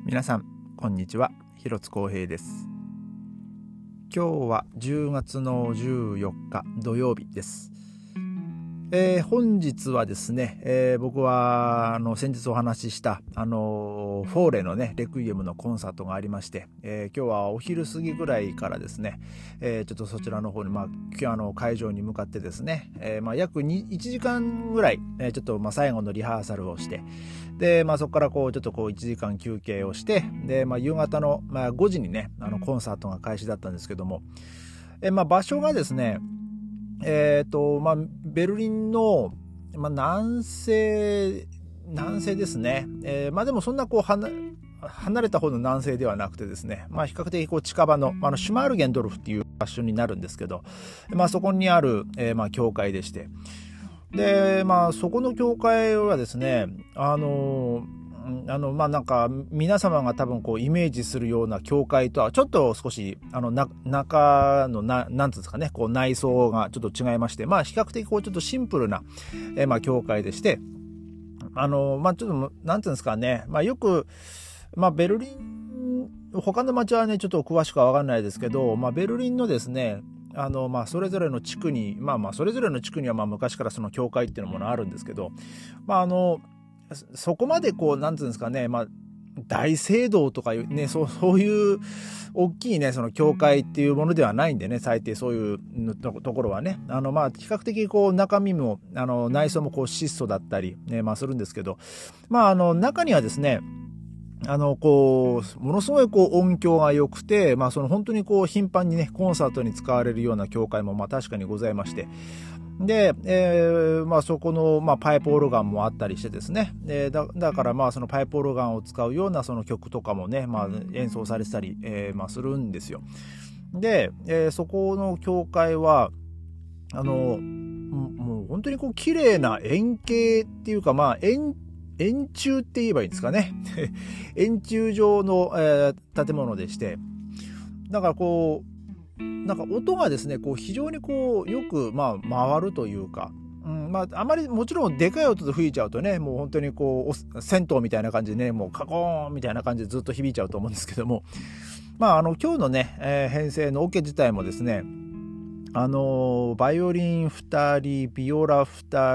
皆さんこんにちは、広津光平です。今日は10月の14日土曜日です。本日はですね、僕は先日お話ししたフォーレのねレクイエムのコンサートがありまして、今日はお昼過ぎぐらいからですね、ちょっとそちらの方に会場に向かってですね、約1時間ぐらい、ちょっと最後のリハーサルをして、でそこからちょっと1時間休憩をして、で夕方の5時にねコンサートが開始だったんですけども、場所がですねベルリンの、南西ですね。でもそんな離れた方の南西ではなくてですね、比較的近場の、シュマールゲンドルフっていう場所になるんですけど、そこにある、教会でして、でそこの教会はですね、なんか皆様が多分イメージするような教会とはちょっと少し中のなんていうんですかね、内装がちょっと違いまして、比較的ちょっとシンプルな教会でして、ちょっとなんていうんですかね、よくベルリン他の町はねちょっと詳しくは分かんないですけど、ベルリンのですねそれぞれの地区にそれぞれの地区には昔からその教会っていうものあるんですけど、そこまでなんていうんですかね、大聖堂とかいうね、そういう大きいねその教会っていうものではないんでね、最低そういうところはね、比較的中身も内装も質素だったりねするんですけど、中にはですねものすごい音響が良くて、その本当に頻繁にねコンサートに使われるような教会も確かにございまして、で、そこの、パイプオルガンもあったりしてですね、だからそのパイプオルガンを使うようなその曲とかもね、演奏されてたり、するんですよ。で、そこの教会はもう本当に綺麗な円形っていうか円柱って言えばいいんですかね円柱状の、建物でして、だからなんか音がですね非常によく回るというか、あまりもちろんでかい音で吹いちゃうとね、もう本当に銭湯みたいな感じでね、もうカコーンみたいな感じでずっと響いちゃうと思うんですけども、今日のね、編成のオケ自体もですね、バイオリン2人ビオラ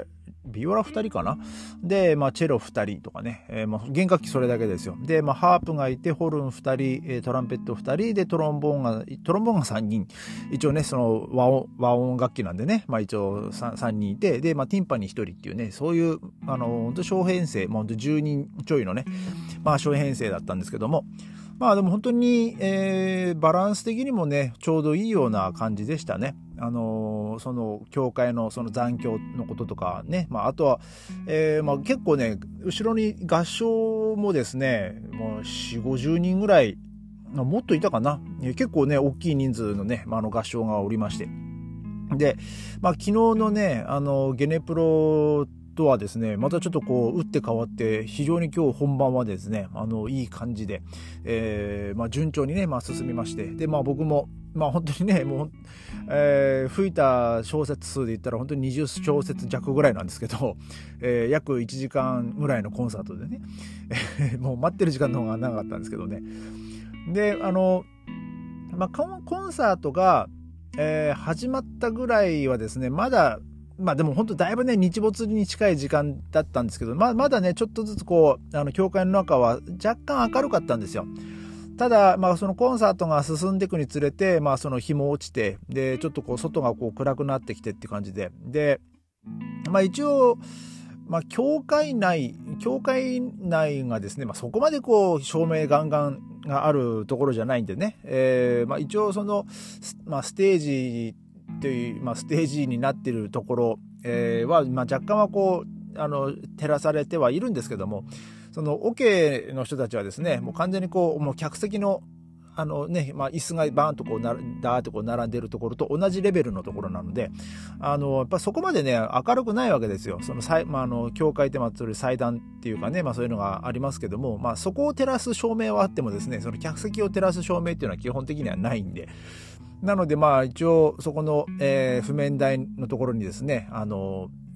2人かな、で、チェロ2人とかね、弦楽器それだけですよ。で、ハープがいて、ホルン2人、トランペット2人で、トロンボーンが3人、一応ねその和音楽器なんでね、一応 3人いて、で、ティンパニー1人っていうね、そういう本当小編成、本当10人ちょいのね小編成だったんですけども、でも本当に、バランス的にもねちょうどいいような感じでしたね。その教会のその残響のこととかね、あとは、結構ね後ろに合唱もですね、もう4、50人ぐらい、もっといたかな、結構ね大きい人数のね、合唱がおりまして、で、昨日のねゲネプロとはですねまたちょっと打って変わって非常に今日本番はですねいい感じで、順調にね進みまして、で僕も本当にねもう、吹いた小節数で言ったら本当に20小節弱ぐらいなんですけど、約1時間ぐらいのコンサートでねもう待ってる時間の方が長かったんですけどね。でコンサートが、始まったぐらいはですねまだでも本当だいぶね日没に近い時間だったんですけど、まだねちょっとずつ教会の中は若干明るかったんですよ。ただそのコンサートが進んでいくにつれてその日も落ちて、でちょっと外が暗くなってきてって感じで、一応教会内がですね、そこまで照明ガンガンがあるところじゃないんでね、一応そのステージという、ステージになっているところ、は、若干は照らされてはいるんですけども、そのオケの人たちはですねもう完全にもう客席の椅子がバーンとダーって並んでいるところと同じレベルのところなので、やっぱそこまでね明るくないわけですよ。その教会ってそういう祭壇っていうかね、そういうのがありますけども、そこを照らす照明はあってもですね、その客席を照らす照明っていうのは基本的にはないんで、なので一応そこの、譜面台のところにですね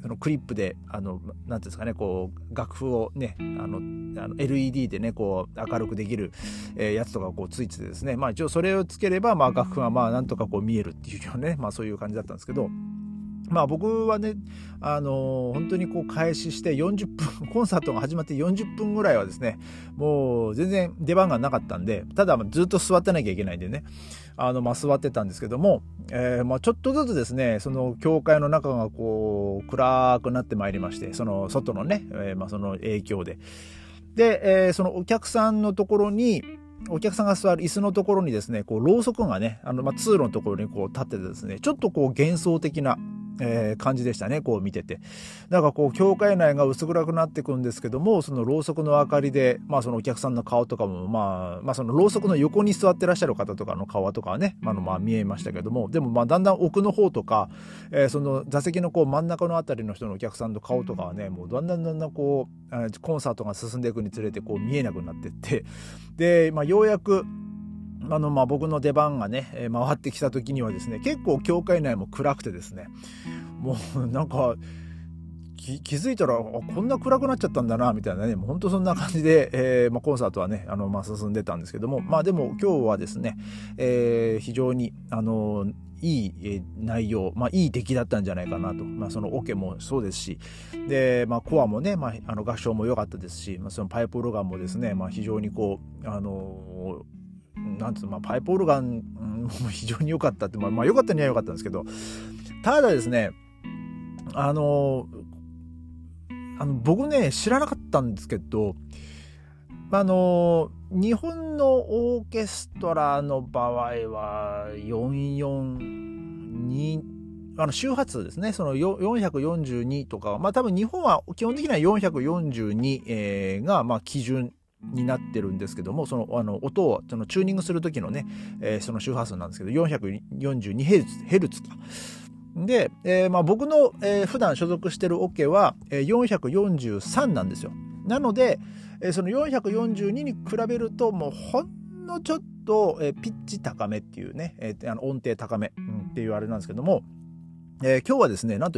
そのクリップでなんていうんですかね、こう楽譜をねLED でねこう明るくできる、やつとかこうついててですね、一応それをつければ楽譜がなんとかこう見えるっていうようなね、そういう感じだったんですけど、僕はね本当にこう開始して40分コンサートが始まって40分ぐらいはですね、もう全然出番がなかったんで、ただずっと座ってなきゃいけないんでね座ってたんですけども、ちょっとずつですねその教会の中がこう暗くなってまいりまして、その外のね、その影響で、そのお客さんのところにお客さんが座る椅子のところにですねこうろうそくがね通路のところにこう立っててですね、ちょっとこう幻想的な感じでしたね、こう見てて。だからこう教会内が薄暗くなっていくんですけども、そのろうそくの明かりでそのお客さんの顔とかもそのろうそくの横に座ってらっしゃる方とかの顔とかはね見えましたけども、でもだんだん奥の方とか、その座席のこう真ん中のあたりの人のお客さんの顔とかはね、もうだんだんこうコンサートが進んでいくにつれてこう見えなくなっていって、でようやく僕の出番がね回ってきた時にはですね、結構教会内も暗くてですね、もうなんか気づいたらこんな暗くなっちゃったんだなみたいなね、もう本当そんな感じで、コンサートはね進んでたんですけども、でも今日はですね、非常にいい内容、いい出来だったんじゃないかなと。そのオケもそうですし、で、コアもね、合唱も良かったですし、そのパイプオルガンもですね、非常にこうなんつうパイプオルガンも非常に良かったって、良かったには良かったんですけど、ただですね僕ね知らなかったんですけど、日本のオーケストラの場合は442周波数ですね、その442とか多分日本は基本的には442、が基準になってるんですけども、その音をそのチューニングする時のね、その周波数なんですけど 442Hz かで、僕の、普段所属してるオケは、443なんですよ。なので、その442に比べるともうほんのちょっと、ピッチ高めっていうね、音程高め、っていうあれなんですけども、今日はですねなんと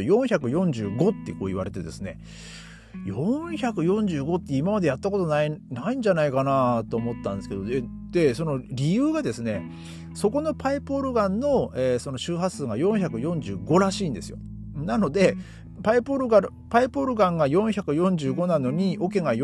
445ってこう言われてですね、445って今までやったことないんじゃないかなと思ったんですけど、でその理由がですね、そこのパイプオルガンの、その周波数が445らしいんですよ。なのでパイプオルガンが445なのにオケが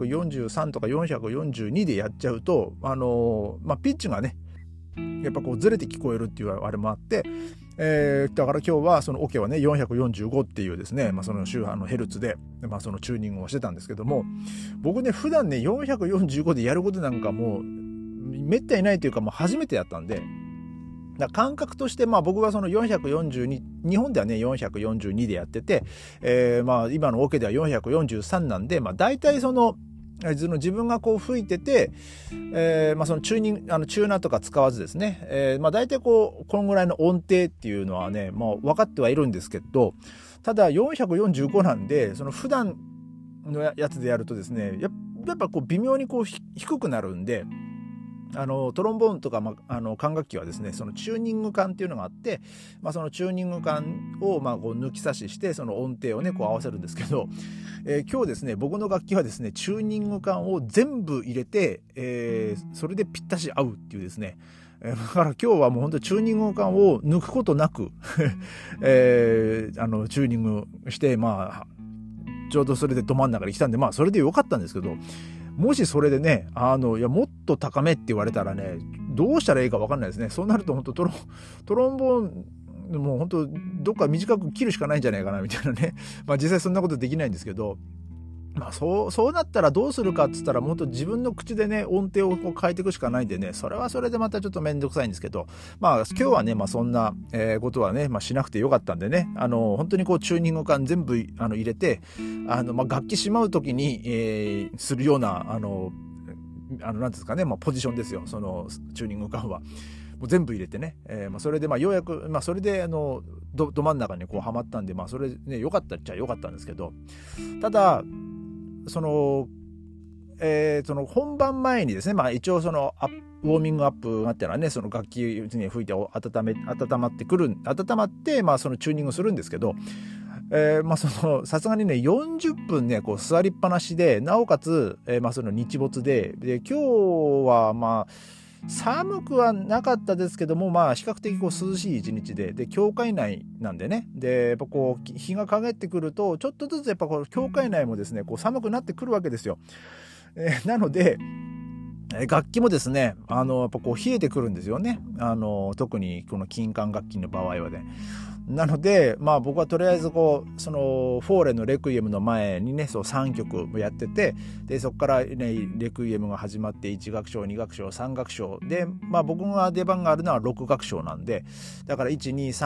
443とか442でやっちゃうとピッチがねやっぱこうずれて聞こえるっていうあれもあって、だから今日はそのオケはね445っていうですね、その周波のヘルツで、そのチューニングをしてたんですけども、僕ね普段ね445でやることなんかもうめったにないというか初めてやったんで、感覚として僕はその442、日本ではね442でやってて、今のオケでは443なんで、大体その自分がこう吹いてて、そのチューニングチューナーとか使わずですね、大体このぐらいの音程っていうのはね分かってはいるんですけど、ただ445なんでその普段のやつでやるとですねやっぱこう微妙にこう低くなるんで、トロンボーンとか、管楽器はですねそのチューニング管っていうのがあって、そのチューニング管をこう抜き差ししてその音程をねこう合わせるんですけど、今日ですね僕の楽器はですねチューニング管を全部入れて、それでぴったし合うっていうですね、だから今日はもう本当にチューニング管を抜くことなく、チューニングしてちょうどそれでど真ん中に来たんでそれでよかったんですけど、もしそれでねいやもっと高めって言われたらねどうしたらいいか分かんないですね。そうなると本当トロンボーンもう本当どっか短く切るしかないんじゃないかなみたいなね実際そんなことできないんですけど、そうなったらどうするかっつったらもっと自分の口でね音程をこう変えていくしかないんでね、それはそれでまたちょっとめんどくさいんですけど、今日はねそんなことはねしなくてよかったんでね、本当にこうチューニング管全部入れて楽器しまう時に、するようななんですかねポジションですよ、そのチューニング管はもう全部入れてね、それでようやくそれでど真ん中にこうはまったんでそれね良かったっちゃ良かったんですけど、ただその本番前にですね一応そのウォーミングアップがあったらねその楽器に吹いて温まってそのチューニングするんですけど、 さすがにね、40分ね、こう座りっぱなしで、なおかつ、その日没で、今日は寒くはなかったですけども、比較的こう涼しい一日で、教会内なんでね、で、やっぱこう、日が陰ってくると、ちょっとずつやっぱこう、教会内もですね、こう寒くなってくるわけですよ。なので、楽器もですね、やっぱこう冷えてくるんですよね。特にこの金管楽器の場合はね。なので、僕はとりあえずこう、その、フォーレのレクイエムの前にね、そう3曲やってて、で、そこからね、レクイエムが始まって1楽章、2楽章、3楽章。で、僕が出番があるのは6楽章なんで、だから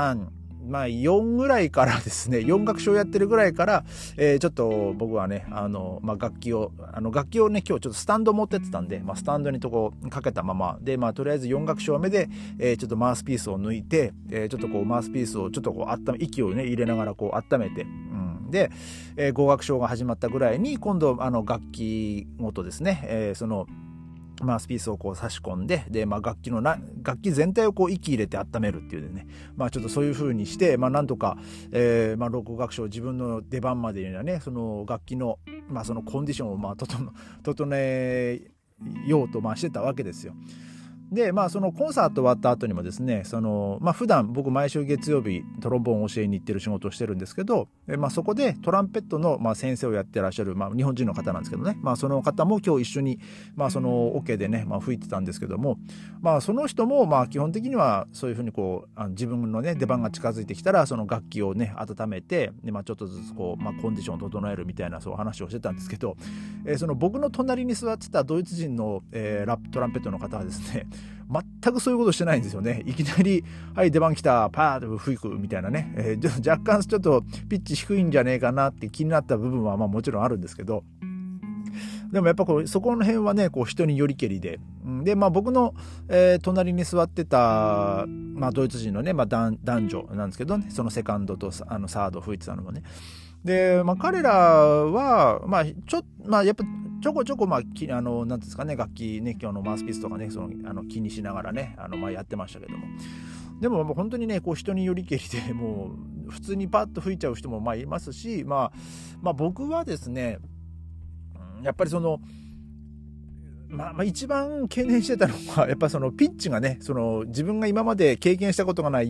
1、2、3、4ぐらいからですね、4楽章やってるぐらいから、ちょっと僕はね、楽器をね、今日ちょっとスタンド持ってってたんで、スタンドにとこうかけたまま、で、とりあえず4楽章目で、ちょっとマウスピースを抜いて、ちょっとこうマウスピースをちょっとこう息をね、入れながらこう温めて、で、5楽章が始まったぐらいに、今度、楽器ごとですね、その、マウスピースをこう差し込んで、で、楽器全体をこう息入れて温めるっていうね、ちょっとそういう風にして、なんとか、6楽章自分の出番までにはね、その楽器の、そのコンディションを整えようとしてたわけですよ。で、そのコンサート終わった後にもですね、普段僕毎週月曜日トロンボーンを教えに行ってる仕事をしてるんですけど、そこでトランペットの先生をやってらっしゃる、日本人の方なんですけどね、その方も今日一緒に、そのオケでね、吹いてたんですけども、その人も基本的にはそういうふうにこう、自分のね、出番が近づいてきたら、その楽器をね、温めて、で、ちょっとずつこう、コンディションを整えるみたいな、そう話をしてたんですけど、その僕の隣に座ってたドイツ人の、トランペットの方はですね、全くそういうことしてないんですよね。いきなり、はい、出番来た、パーッと吹くみたいなね、若干ちょっとピッチ低いんじゃねえかなって気になった部分はもちろんあるんですけど、でもやっぱこうそこの辺はね、こう人によりけりで、で、僕の、隣に座ってた、ドイツ人のね、男女なんですけどね、そのセカンドとサード吹いてたのもね。で、彼らは、やっぱちょこちょこ、なんていうんですかね、楽器ね、今日のマウスピースとかね、気にしながらね、やってましたけども。でも、本当にね、こう人によりけりで、もう、普通にパッと吹いちゃう人もいますし、僕はですね、やっぱりその、一番懸念してたのは、やっぱそのピッチがね、自分が今まで経験したことがない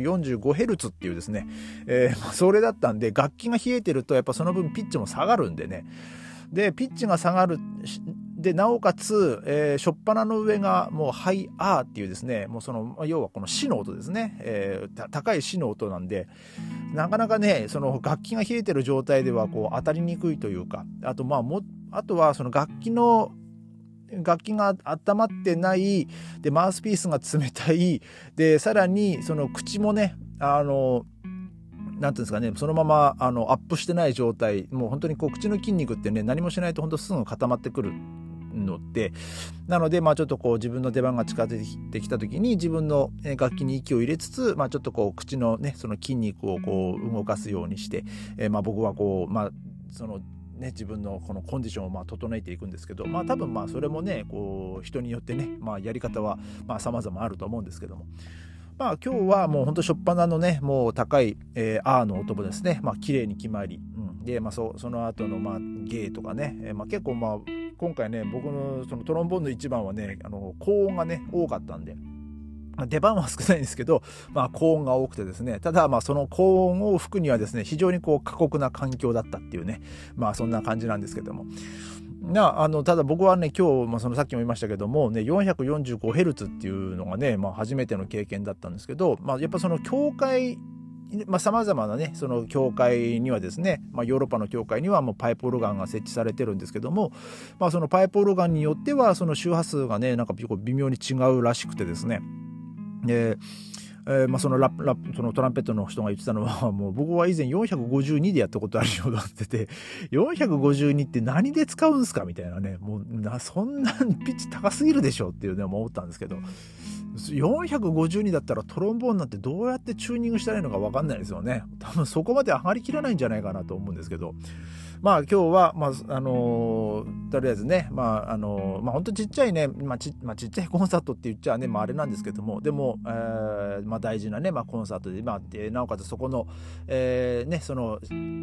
445Hz っていうですね、それだったんで、楽器が冷えてると、やっぱその分ピッチも下がるんでね。で、ピッチが下がる。で、なおかつ、初っ端の上がもうハイアーっていうですね、もう要はこのシの音ですね。高いシの音なんで、なかなかね、その楽器が冷えてる状態ではこう当たりにくいというか、あとあとはその楽器が温まってない、で、マウスピースが冷たい、で、さらにその口もね、なんていうんですかね、そのままアップしてない状態、もう本当にこう口の筋肉ってね、何もしないと本当すぐ固まってくるので、なのでちょっとこう自分の出番が近づいてきた時に自分の楽器に息を入れつつ、ちょっとこう口のね、その筋肉をこう動かすようにして、僕はこうそのね、自分のこのコンディションを整えていくんですけど、多分それもね、こう人によってね、やり方は様々あると思うんですけども、今日はもう本当初っ端のね、もう高い、アーの音もですね、綺麗に決まり、で、その後のゲーとかね、結構今回ね、僕のそのトロンボーンの一番はね、高音がね多かったんで、出番は少ないんですけど、高音が多くてですね、ただその高音を吹くにはですね、非常にこう過酷な環境だったっていうね、そんな感じなんですけども。ただ僕はね、今日さっきも言いましたけどもね、445Hz っていうのがね、初めての経験だったんですけど、やっぱその教会、様々なね、その教会にはですね、ヨーロッパの教会にはもうパイプオルガンが設置されてるんですけども、そのパイプオルガンによってはその周波数がね、なんか微妙に違うらしくてですね、で、そのトランペットの人が言ってたのは、もう僕は以前452でやったことあるようになってて、452って何で使うんすかみたいなね、もうそんなピッチ高すぎるでしょっていうね、思ったんですけど、452だったらトロンボーンなんてどうやってチューニングしたらいいのか分かんないですよね。多分そこまで上がりきらないんじゃないかなと思うんですけど、 まあ今日は、とりあえずね、本当ちっちゃいね、ちっちゃいコンサートって言っちゃね、あれなんですけども、でも、大事なね、コンサートで、なおかつそこの、その、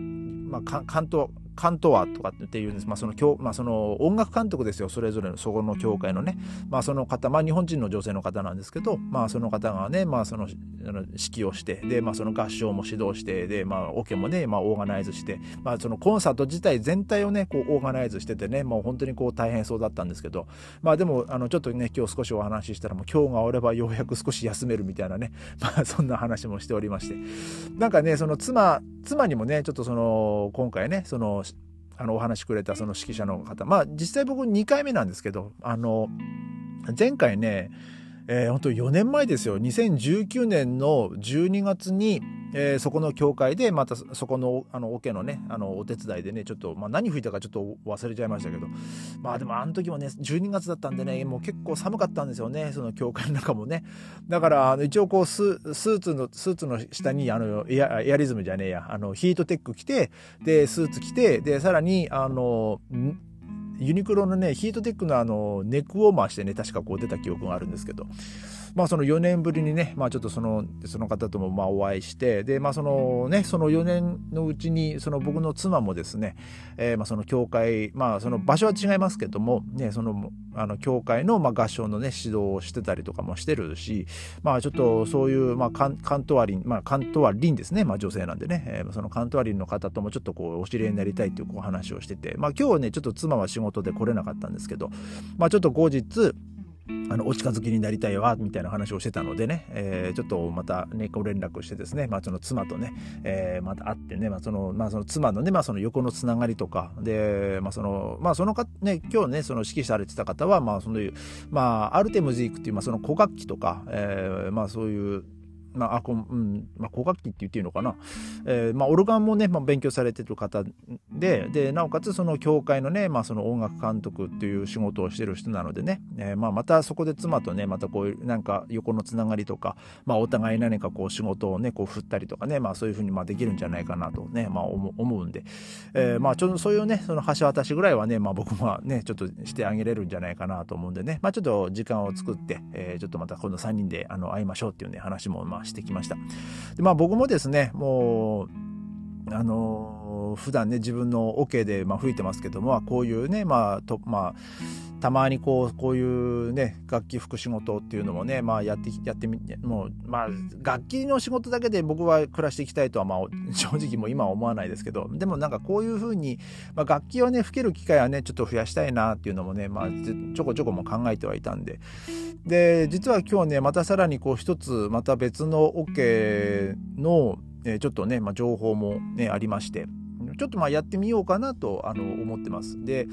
カントワとかっていうんです。その音楽監督ですよ。それぞれのそこの教会のね、その方、日本人の女性の方なんですけど、その方がね、その指揮をして、で、その合唱も指導して、で、オケもね、オーガナイズして、そのコンサート自体全体をね、こうオーガナイズしててね、もう本当にこう大変そうだったんですけど、でもちょっとね、今日少しお話ししたら、もう今日が終わればようやく少し休めるみたいなね、そんな話もしておりまして、なんかね、その妻にもね、ちょっとその今回ね、そのお話しくれたその指揮者の方、実際僕2回目なんですけど、前回ね、本当4年前ですよ。2019年の12月に、そこの教会でまたそこのオケのねお手伝いでねちょっと、何吹いたかちょっと忘れちゃいましたけど、でもあの時もね12月だったんでね、もう結構寒かったんですよね、その教会の中もね。だから一応こうスーツの下にエアリズムじゃねえや、ヒートテック着て、でスーツ着て、でさらにユニクロのねヒートテックのネックウォーマーしてね、確かこう出た記憶があるんですけど、その4年ぶりにね、ちょっとその方ともお会いして、でその4年のうちにその僕の妻もですね、その教会、その場所は違いますけどもね、その教会の合唱のね指導をしてたりとかもしてるし、ちょっとそういうカントワリンですね、女性なんでね、そのカントワリンの方ともちょっとこうお知り合いになりたいという話をしてて、今日ねちょっと妻は仕事で来れなかったんですけど、ちょっと後日お近づきになりたいわみたいな話をしてたのでね、ちょっとまたねご連絡してですね、その妻とね、また会ってね、その妻のね、その横のつながりとかで、その方ね、今日ねその指揮されてた方はそういうアルテムズイクっていうその古楽器とか、そういう古楽器って言っていいのかな、オルガンもね、勉強されてる方でなおかつその教会のね、その音楽監督っていう仕事をしてる人なのでね、またそこで妻とねまたこういうなんか横のつながりとか、お互い何かこう仕事をねこう振ったりとかね、そういうふうにできるんじゃないかなとね、思うんで、ちょっとそういうねその橋渡しぐらいはね、僕はねちょっとしてあげれるんじゃないかなと思うんでね、ちょっと時間を作って、ちょっとまた今度3人で会いましょうっていうね話もしてきました。で僕もですね、もう普段ね自分のオケで吹いてますけども、こういうねたまにこういうね楽器吹く仕事っていうのもね、やってみて、もう楽器の仕事だけで僕は暮らしていきたいとは正直もう今は思わないですけど、でもなんかこういう風に楽器をね吹ける機会はねちょっと増やしたいなっていうのもねちょこちょこも考えてはいたんで、実は今日ねまたさらにこう一つまた別のオケのちょっとね情報もねありまして、ちょっとやってみようかなと思ってます。で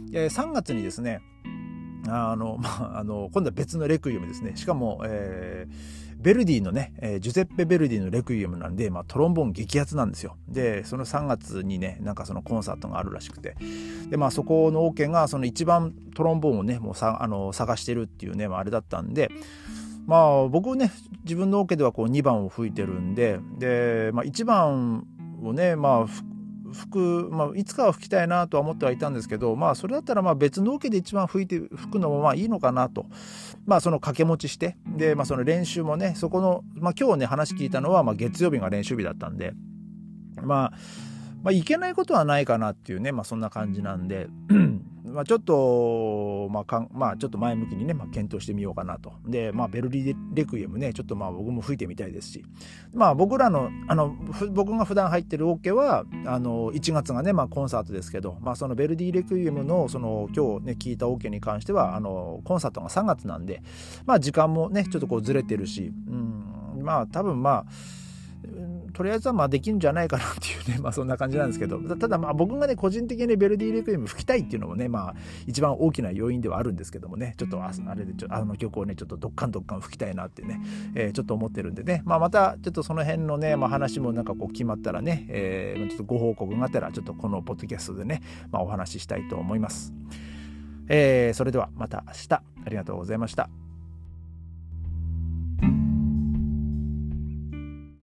3月にですね今度は別のレクイエムですね。しかも、ベルディのね、ジュゼッペ・ベルディのレクイエムなんで、トロンボーン激アツなんですよ。でその3月にねなんかそのコンサートがあるらしくて、でそこのオケがその一番トロンボーンをねもう探してるっていうね、あれだったんで、僕ね自分のオケではこう2番を吹いてるんで、1番をねいつかは吹きたいなとは思ってはいたんですけど、それだったら別のオケで一番吹くのもいいのかなと、その掛け持ちして、でその練習もねそこの今日ね話聞いたのは月曜日が練習日だったんで、いけないことはないかなっていうね、そんな感じなんでちょっとちょっと前向きにね、検討してみようかなと。でベルリレクイエムねちょっと僕も吹いてみたいですし、僕らの僕が普段入ってるオケは1月がねコンサートですけど、そのベルディレクイエムのその今日ね聞いたオケに関してはコンサートが3月なんで、時間もねちょっとこうずれてるし、多分とりあえずはできるんじゃないかなっていうね、そんな感じなんですけど、ただ僕がね個人的にベルディレクイエム吹きたいっていうのもね一番大きな要因ではあるんですけどもね、ちょっとあれで曲をねちょっとどっかん吹きたいなってね、ちょっと思ってるんでね、またちょっとその辺のね、話もなんかこう決まったらね、ちょっとご報告があったらちょっとこのポッドキャストでね、お話ししたいと思います。それではまた明日、ありがとうございました。